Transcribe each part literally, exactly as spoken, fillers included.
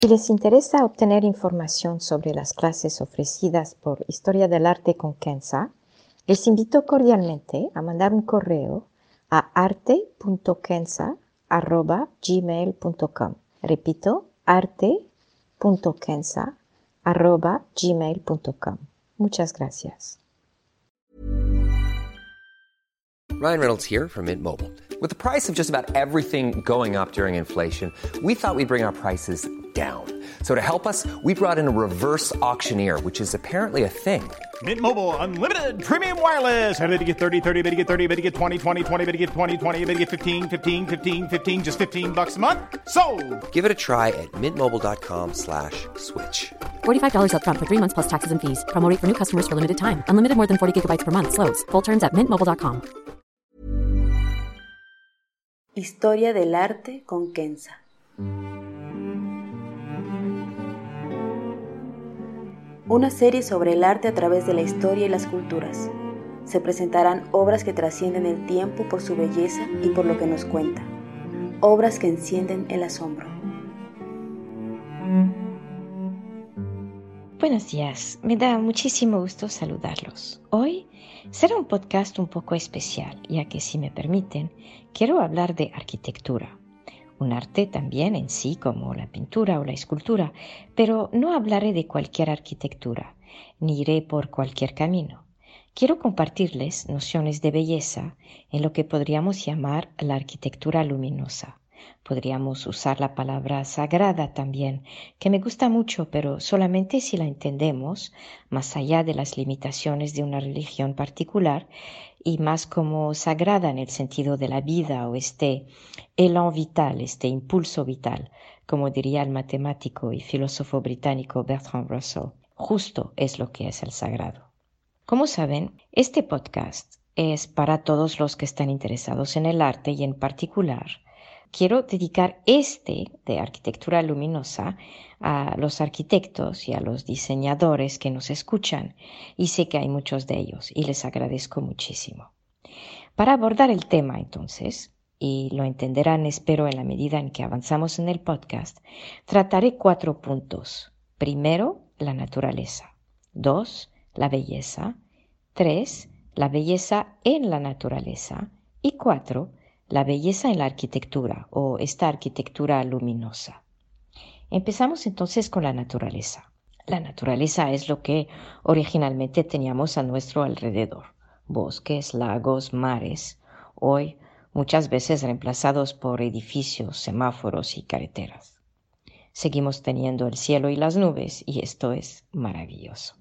Si les interesa obtener información sobre las clases ofrecidas por Historia del Arte con Kenza, les invito cordialmente a mandar un correo a arte punto kenza arroba gmail punto com. Repito, arte punto kenza arroba gmail punto com. Muchas gracias. Ryan Reynolds here from Mint Mobile. With the price of just about everything going up during inflation, we thought we'd bring our prices down. So to help us, we brought in a reverse auctioneer, which is apparently a thing. Mint Mobile Unlimited Premium Wireless. How to get thirty, thirty, how to get thirty, how to get twenty, twenty, twenty, how to get twenty, twenty, how to get fifteen, fifteen, fifteen, fifteen, just fifteen bucks a month? Sold! Give it a try at mintmobile.com slash switch. forty-five dollars up front for three months plus taxes and fees. Promo rate for new customers for limited time. Unlimited more than forty gigabytes per month. Slows full terms at mint mobile dot com. Historia del Arte con Kenza. Una serie sobre el arte a través de la historia y las culturas. Se presentarán obras que trascienden el tiempo por su belleza y por lo que nos cuenta. Obras que encienden el asombro. Buenos días, me da muchísimo gusto saludarlos. Hoy será un podcast un poco especial, ya que si me permiten, quiero hablar de arquitectura. Un arte también en sí como la pintura o la escultura, pero no hablaré de cualquier arquitectura, ni iré por cualquier camino. Quiero compartirles nociones de belleza en lo que podríamos llamar la arquitectura luminosa. Podríamos usar la palabra sagrada también, que me gusta mucho, pero solamente si la entendemos más allá de las limitaciones de una religión particular y más como sagrada en el sentido de la vida o este élan vital, este impulso vital, como diría el matemático y filósofo británico Bertrand Russell. Justo es lo que es el sagrado. Como saben, este podcast es para todos los que están interesados en el arte y en particular quiero dedicar este de arquitectura luminosa a los arquitectos y a los diseñadores que nos escuchan, y sé que hay muchos de ellos y les agradezco muchísimo. Para abordar el tema, entonces, y lo entenderán espero en la medida en que avanzamos en el podcast, trataré cuatro puntos. Primero, la naturaleza. Dos, la belleza. Tres, la belleza en la naturaleza. Y cuatro, la belleza en la arquitectura o esta arquitectura luminosa. Empezamos entonces con la naturaleza. La naturaleza es lo que originalmente teníamos a nuestro alrededor. Bosques, lagos, mares, hoy muchas veces reemplazados por edificios, semáforos y carreteras. Seguimos teniendo el cielo y las nubes y esto es maravilloso.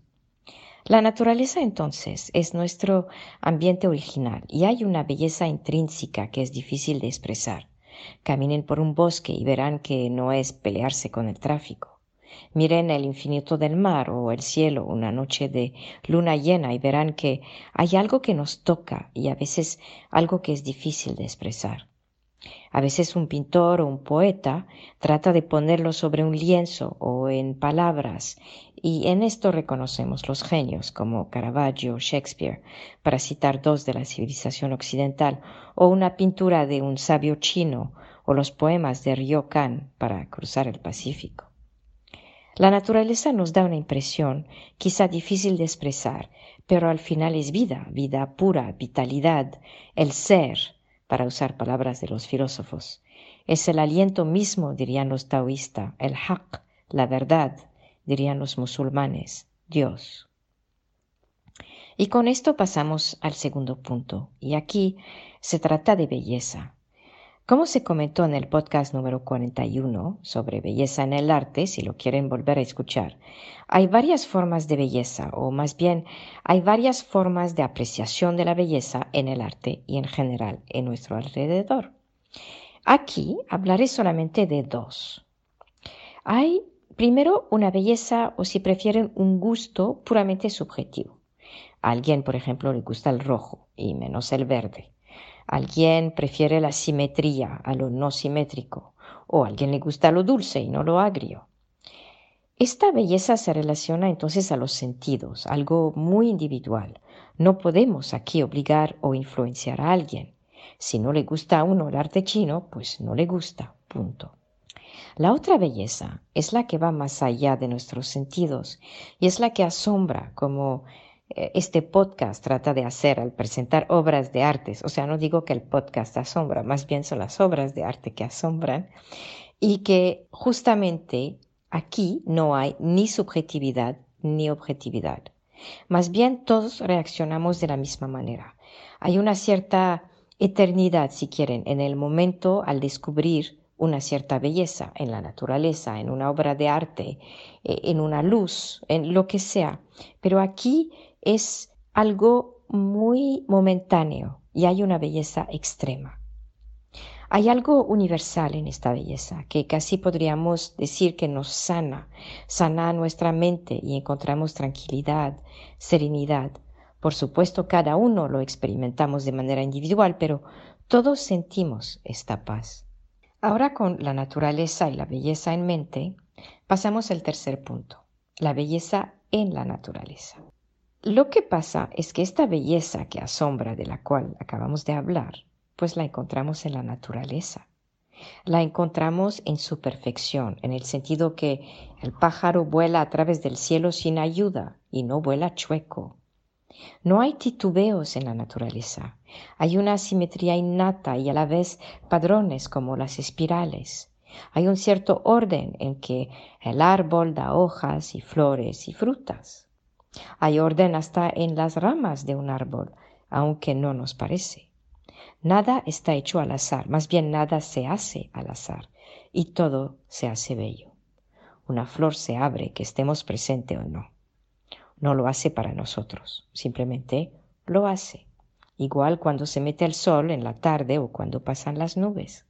La naturaleza entonces es nuestro ambiente original y hay una belleza intrínseca que es difícil de expresar. Caminen por un bosque y verán que no es pelearse con el tráfico. Miren el infinito del mar o el cielo una noche de luna llena y verán que hay algo que nos toca y a veces algo que es difícil de expresar. A veces un pintor o un poeta trata de ponerlo sobre un lienzo o en palabras, y en esto reconocemos los genios como Caravaggio o Shakespeare, para citar dos de la civilización occidental, o una pintura de un sabio chino o los poemas de Ryokan para cruzar el Pacífico. La naturaleza nos da una impresión quizá difícil de expresar, pero al final es vida, vida pura, vitalidad, el ser, para usar palabras de los filósofos. Es el aliento mismo, dirían los taoístas, el haq, la verdad, dirían los musulmanes, Dios. Y con esto pasamos al segundo punto, y aquí se trata de belleza. Como se comentó en el podcast número cuarenta y uno sobre belleza en el arte, si lo quieren volver a escuchar, hay varias formas de belleza, o más bien hay varias formas de apreciación de la belleza en el arte y en general en nuestro alrededor. Aquí hablaré solamente de dos. Hay primero una belleza, o si prefieren un gusto puramente subjetivo. A alguien, por ejemplo, le gusta el rojo y menos el verde. Alguien prefiere la simetría a lo no simétrico, o a alguien le gusta lo dulce y no lo agrio. Esta belleza se relaciona entonces a los sentidos, algo muy individual. No podemos aquí obligar o influenciar a alguien. Si no le gusta a uno el arte chino, pues no le gusta, punto. La otra belleza es la que va más allá de nuestros sentidos y es la que asombra, como eh, este podcast trata de hacer al presentar obras de artes. O sea, no digo que el podcast asombra, más bien son las obras de arte que asombran y que justamente aquí no hay ni subjetividad ni objetividad. Más bien todos reaccionamos de la misma manera. Hay una cierta eternidad, si quieren, en el momento al descubrir una cierta belleza en la naturaleza, en una obra de arte, en una luz, en lo que sea. Pero aquí es algo muy momentáneo y hay una belleza extrema. Hay algo universal en esta belleza que casi podríamos decir que nos sana, sana nuestra mente y encontramos tranquilidad, serenidad. Por supuesto, cada uno lo experimentamos de manera individual, pero todos sentimos esta paz. Ahora, con la naturaleza y la belleza en mente, pasamos al tercer punto, la belleza en la naturaleza. Lo que pasa es que esta belleza que asombra, de la cual acabamos de hablar, pues la encontramos en la naturaleza. La encontramos en su perfección, en el sentido que el pájaro vuela a través del cielo sin ayuda y no vuela chueco. No hay titubeos en la naturaleza. Hay una simetría innata y a la vez padrones como las espirales. Hay un cierto orden en que el árbol da hojas y flores y frutas. Hay orden hasta en las ramas de un árbol, aunque no nos parece. Nada está hecho al azar, más bien nada se hace al azar, y todo se hace bello. Una flor se abre, que estemos presentes o no. No lo hace para nosotros, simplemente lo hace. Igual cuando se mete el sol en la tarde o cuando pasan las nubes.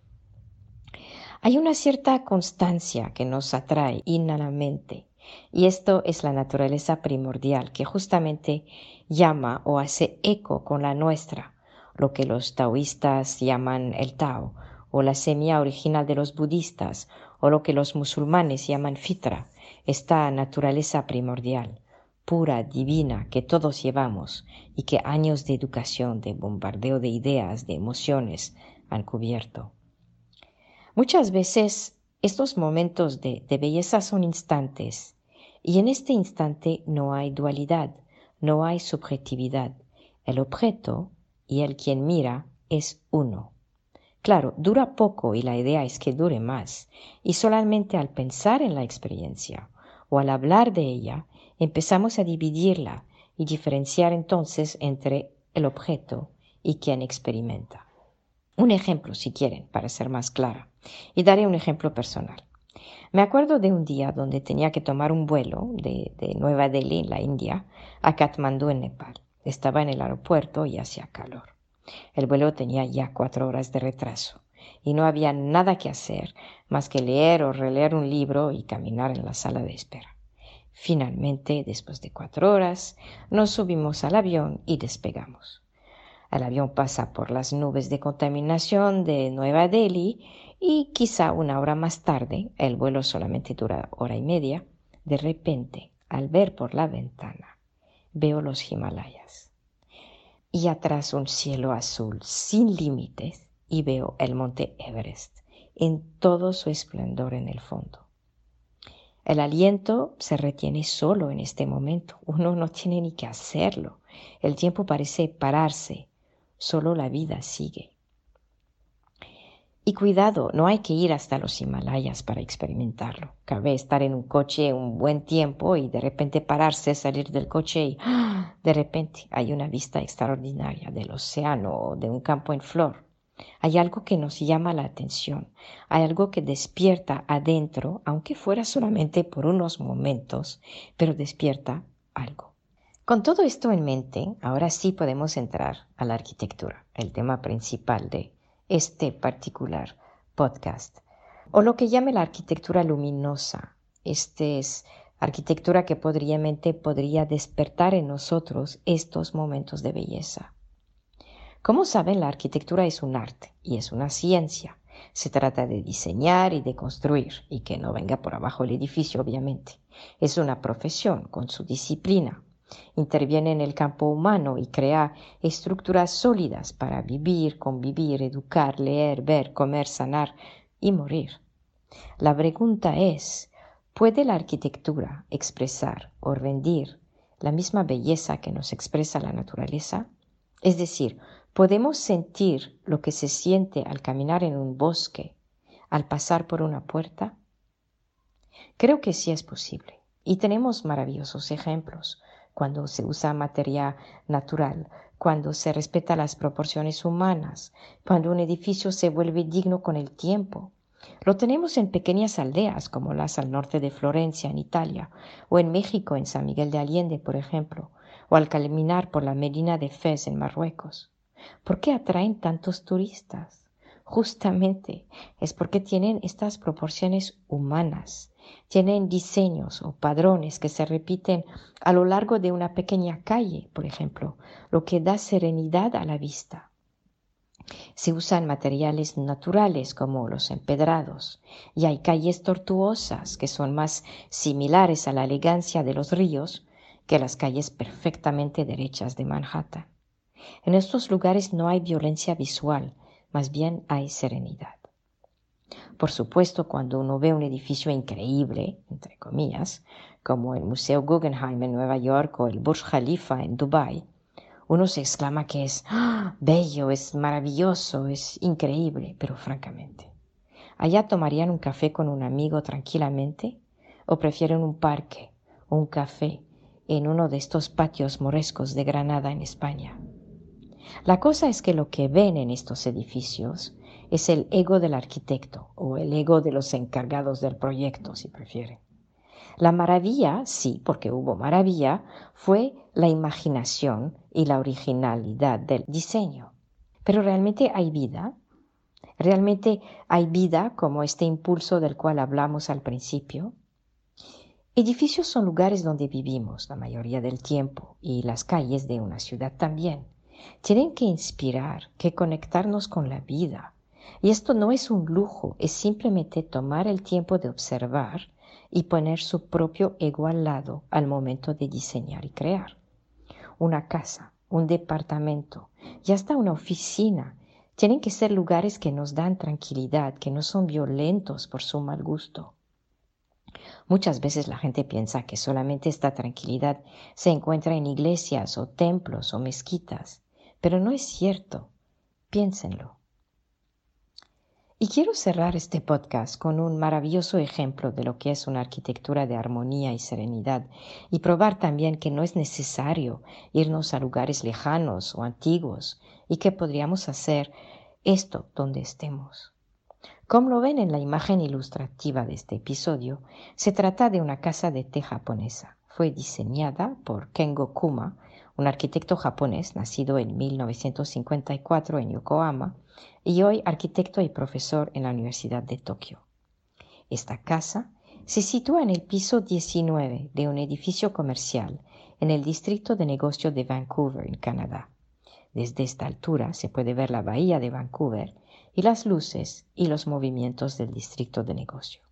Hay una cierta constancia que nos atrae innanamente, y esto es la naturaleza primordial que justamente llama o hace eco con la nuestra, lo que los taoístas llaman el Tao, o la semilla original de los budistas, o lo que los musulmanes llaman fitra, esta naturaleza primordial, pura, divina, que todos llevamos y que años de educación, de bombardeo de ideas, de emociones han cubierto. Muchas veces estos momentos de, de belleza son instantes, y en este instante no hay dualidad, no hay subjetividad. El objeto y el quien mira es uno. Claro, dura poco y la idea es que dure más, y solamente al pensar en la experiencia o al hablar de ella, empezamos a dividirla y diferenciar entonces entre el objeto y quien experimenta. Un ejemplo, si quieren, para ser más clara, y daré un ejemplo personal. Me acuerdo de un día donde tenía que tomar un vuelo de, de Nueva Delhi, en la India, a Katmandú, en Nepal. Estaba en el aeropuerto y hacía calor. El vuelo tenía ya cuatro horas de retraso y no había nada que hacer más que leer o releer un libro y caminar en la sala de espera. Finalmente, después de cuatro horas, nos subimos al avión y despegamos. El avión pasa por las nubes de contaminación de Nueva Delhi y quizá una hora más tarde, el vuelo solamente dura hora y media, de repente, al ver por la ventana, veo los Himalayas. Y atrás un cielo azul sin límites y veo el monte Everest en todo su esplendor en el fondo. El aliento se retiene solo en este momento. Uno no tiene ni que hacerlo. El tiempo parece pararse. Solo la vida sigue. Y cuidado, no hay que ir hasta los Himalayas para experimentarlo. Cabe estar en un coche un buen tiempo y de repente pararse, salir del coche y ¡ah! De repente hay una vista extraordinaria del océano o de un campo en flor. Hay algo que nos llama la atención, hay algo que despierta adentro, aunque fuera solamente por unos momentos, pero despierta algo. Con todo esto en mente, ahora sí podemos entrar a la arquitectura, el tema principal de este particular podcast, o lo que llame la arquitectura luminosa. Esta es arquitectura que podríamente podría despertar en nosotros estos momentos de belleza. Como saben, la arquitectura es un arte y es una ciencia. Se trata de diseñar y de construir, y que no venga por abajo el edificio, obviamente. Es una profesión con su disciplina. Interviene en el campo humano y crea estructuras sólidas para vivir, convivir, educar, leer, ver, comer, sanar y morir. La pregunta es, ¿puede la arquitectura expresar o rendir la misma belleza que nos expresa la naturaleza? Es decir, ¿podemos sentir lo que se siente al caminar en un bosque, al pasar por una puerta? Creo que sí es posible. Y tenemos maravillosos ejemplos cuando se usa materia natural, cuando se respeta las proporciones humanas, cuando un edificio se vuelve digno con el tiempo. Lo tenemos en pequeñas aldeas como las al norte de Florencia, en Italia, o en México, en San Miguel de Allende, por ejemplo, o al caminar por la Medina de Fez, en Marruecos. ¿Por qué atraen tantos turistas? Justamente es porque tienen estas proporciones humanas. Tienen diseños o padrones que se repiten a lo largo de una pequeña calle, por ejemplo, lo que da serenidad a la vista. Se usan materiales naturales como los empedrados y hay calles tortuosas que son más similares a la elegancia de los ríos que las calles perfectamente derechas de Manhattan. En estos lugares no hay violencia visual, más bien hay serenidad. Por supuesto, cuando uno ve un edificio increíble, entre comillas, como el Museo Guggenheim en Nueva York o el Burj Khalifa en Dubái, uno se exclama que es ¡ah! bello, es maravilloso, es increíble, pero francamente, ¿allá tomarían un café con un amigo tranquilamente o prefieren un parque o un café en uno de estos patios morescos de Granada en España? La cosa es que lo que ven en estos edificios es el ego del arquitecto o el ego de los encargados del proyecto, si prefieren. La maravilla, sí, porque hubo maravilla, fue la imaginación y la originalidad del diseño. Pero ¿realmente hay vida? ¿Realmente hay vida como este impulso del cual hablamos al principio? Edificios son lugares donde vivimos la mayoría del tiempo y las calles de una ciudad también. Tienen que inspirar, que conectarnos con la vida. Y esto no es un lujo, es simplemente tomar el tiempo de observar y poner su propio ego al lado al momento de diseñar y crear. Una casa, un departamento y hasta una oficina tienen que ser lugares que nos dan tranquilidad, que no son violentos por su mal gusto. Muchas veces la gente piensa que solamente esta tranquilidad se encuentra en iglesias o templos o mezquitas, pero no es cierto. Piénsenlo. Y quiero cerrar este podcast con un maravilloso ejemplo de lo que es una arquitectura de armonía y serenidad y probar también que no es necesario irnos a lugares lejanos o antiguos y que podríamos hacer esto donde estemos. Como lo ven en la imagen ilustrativa de este episodio, se trata de una casa de té japonesa. Fue diseñada por Kengo Kuma, un arquitecto japonés nacido en mil novecientos cincuenta y cuatro en Yokohama y hoy arquitecto y profesor en la Universidad de Tokio. Esta casa se sitúa en el piso diecinueve de un edificio comercial en el distrito de negocio de Vancouver, en Canadá. Desde esta altura se puede ver la bahía de Vancouver y las luces y los movimientos del distrito de negocio.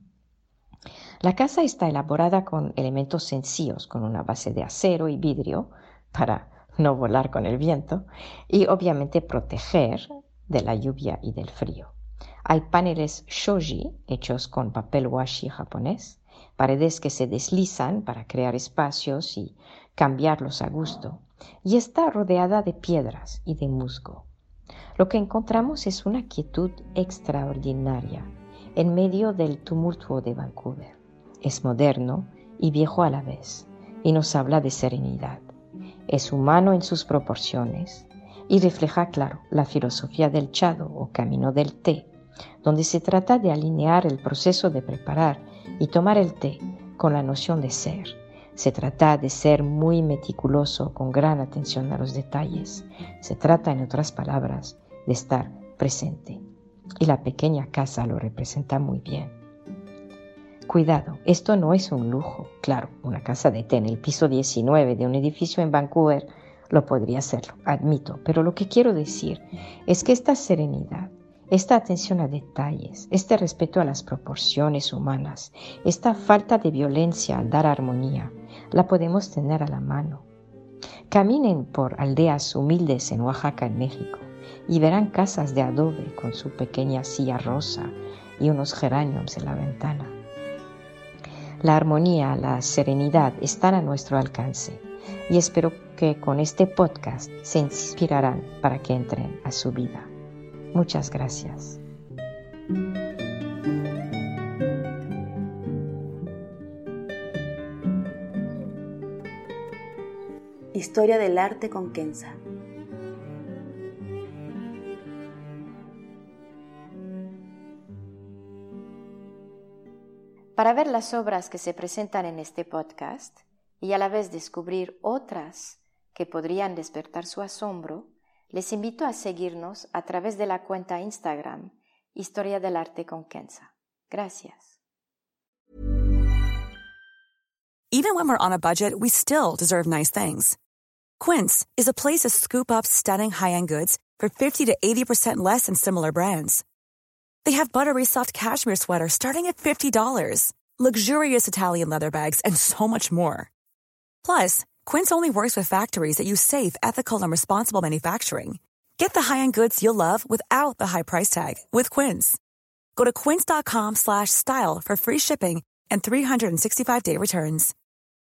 La casa está elaborada con elementos sencillos, con una base de acero y vidrio para no volar con el viento y obviamente proteger de la lluvia y del frío. Hay paneles shoji hechos con papel washi japonés, paredes que se deslizan para crear espacios y cambiarlos a gusto, y está rodeada de piedras y de musgo. Lo que encontramos es una quietud extraordinaria en medio del tumulto de Vancouver. Es moderno y viejo a la vez, y nos habla de serenidad. Es humano en sus proporciones y refleja, claro, la filosofía del chado o camino del té, donde se trata de alinear el proceso de preparar y tomar el té con la noción de ser. Se trata de ser muy meticuloso con gran atención a los detalles. Se trata, en otras palabras, de estar presente. Y la pequeña casa lo representa muy bien. Cuidado, esto no es un lujo. Claro, una casa de té en el piso diecinueve de un edificio en Vancouver lo podría hacerlo, admito. Pero lo que quiero decir es que esta serenidad, esta atención a detalles, este respeto a las proporciones humanas, esta falta de violencia al dar armonía, la podemos tener a la mano. Caminen por aldeas humildes en Oaxaca, en México, y verán casas de adobe con su pequeña silla rosa y unos geraniums en la ventana. La armonía, la serenidad están a nuestro alcance y espero que con este podcast se inspirarán para que entren a su vida. Muchas gracias. Historia del arte con Kenza. Para ver las obras que se presentan en este podcast y a la vez descubrir otras que podrían despertar su asombro, les invito a seguirnos a través de la cuenta Instagram Historia del Arte con Kenza. Gracias. Even when we're on a budget, we still deserve nice things. Quince is a place to scoop up stunning high-end goods for fifty to eighty percent less than similar brands. They have buttery soft cashmere sweaters starting at fifty dollars, luxurious Italian leather bags, and so much more. Plus, Quince only works with factories that use safe, ethical, and responsible manufacturing. Get the high-end goods you'll love without the high price tag with Quince. Go to quince.com slash style for free shipping and three sixty-five day returns.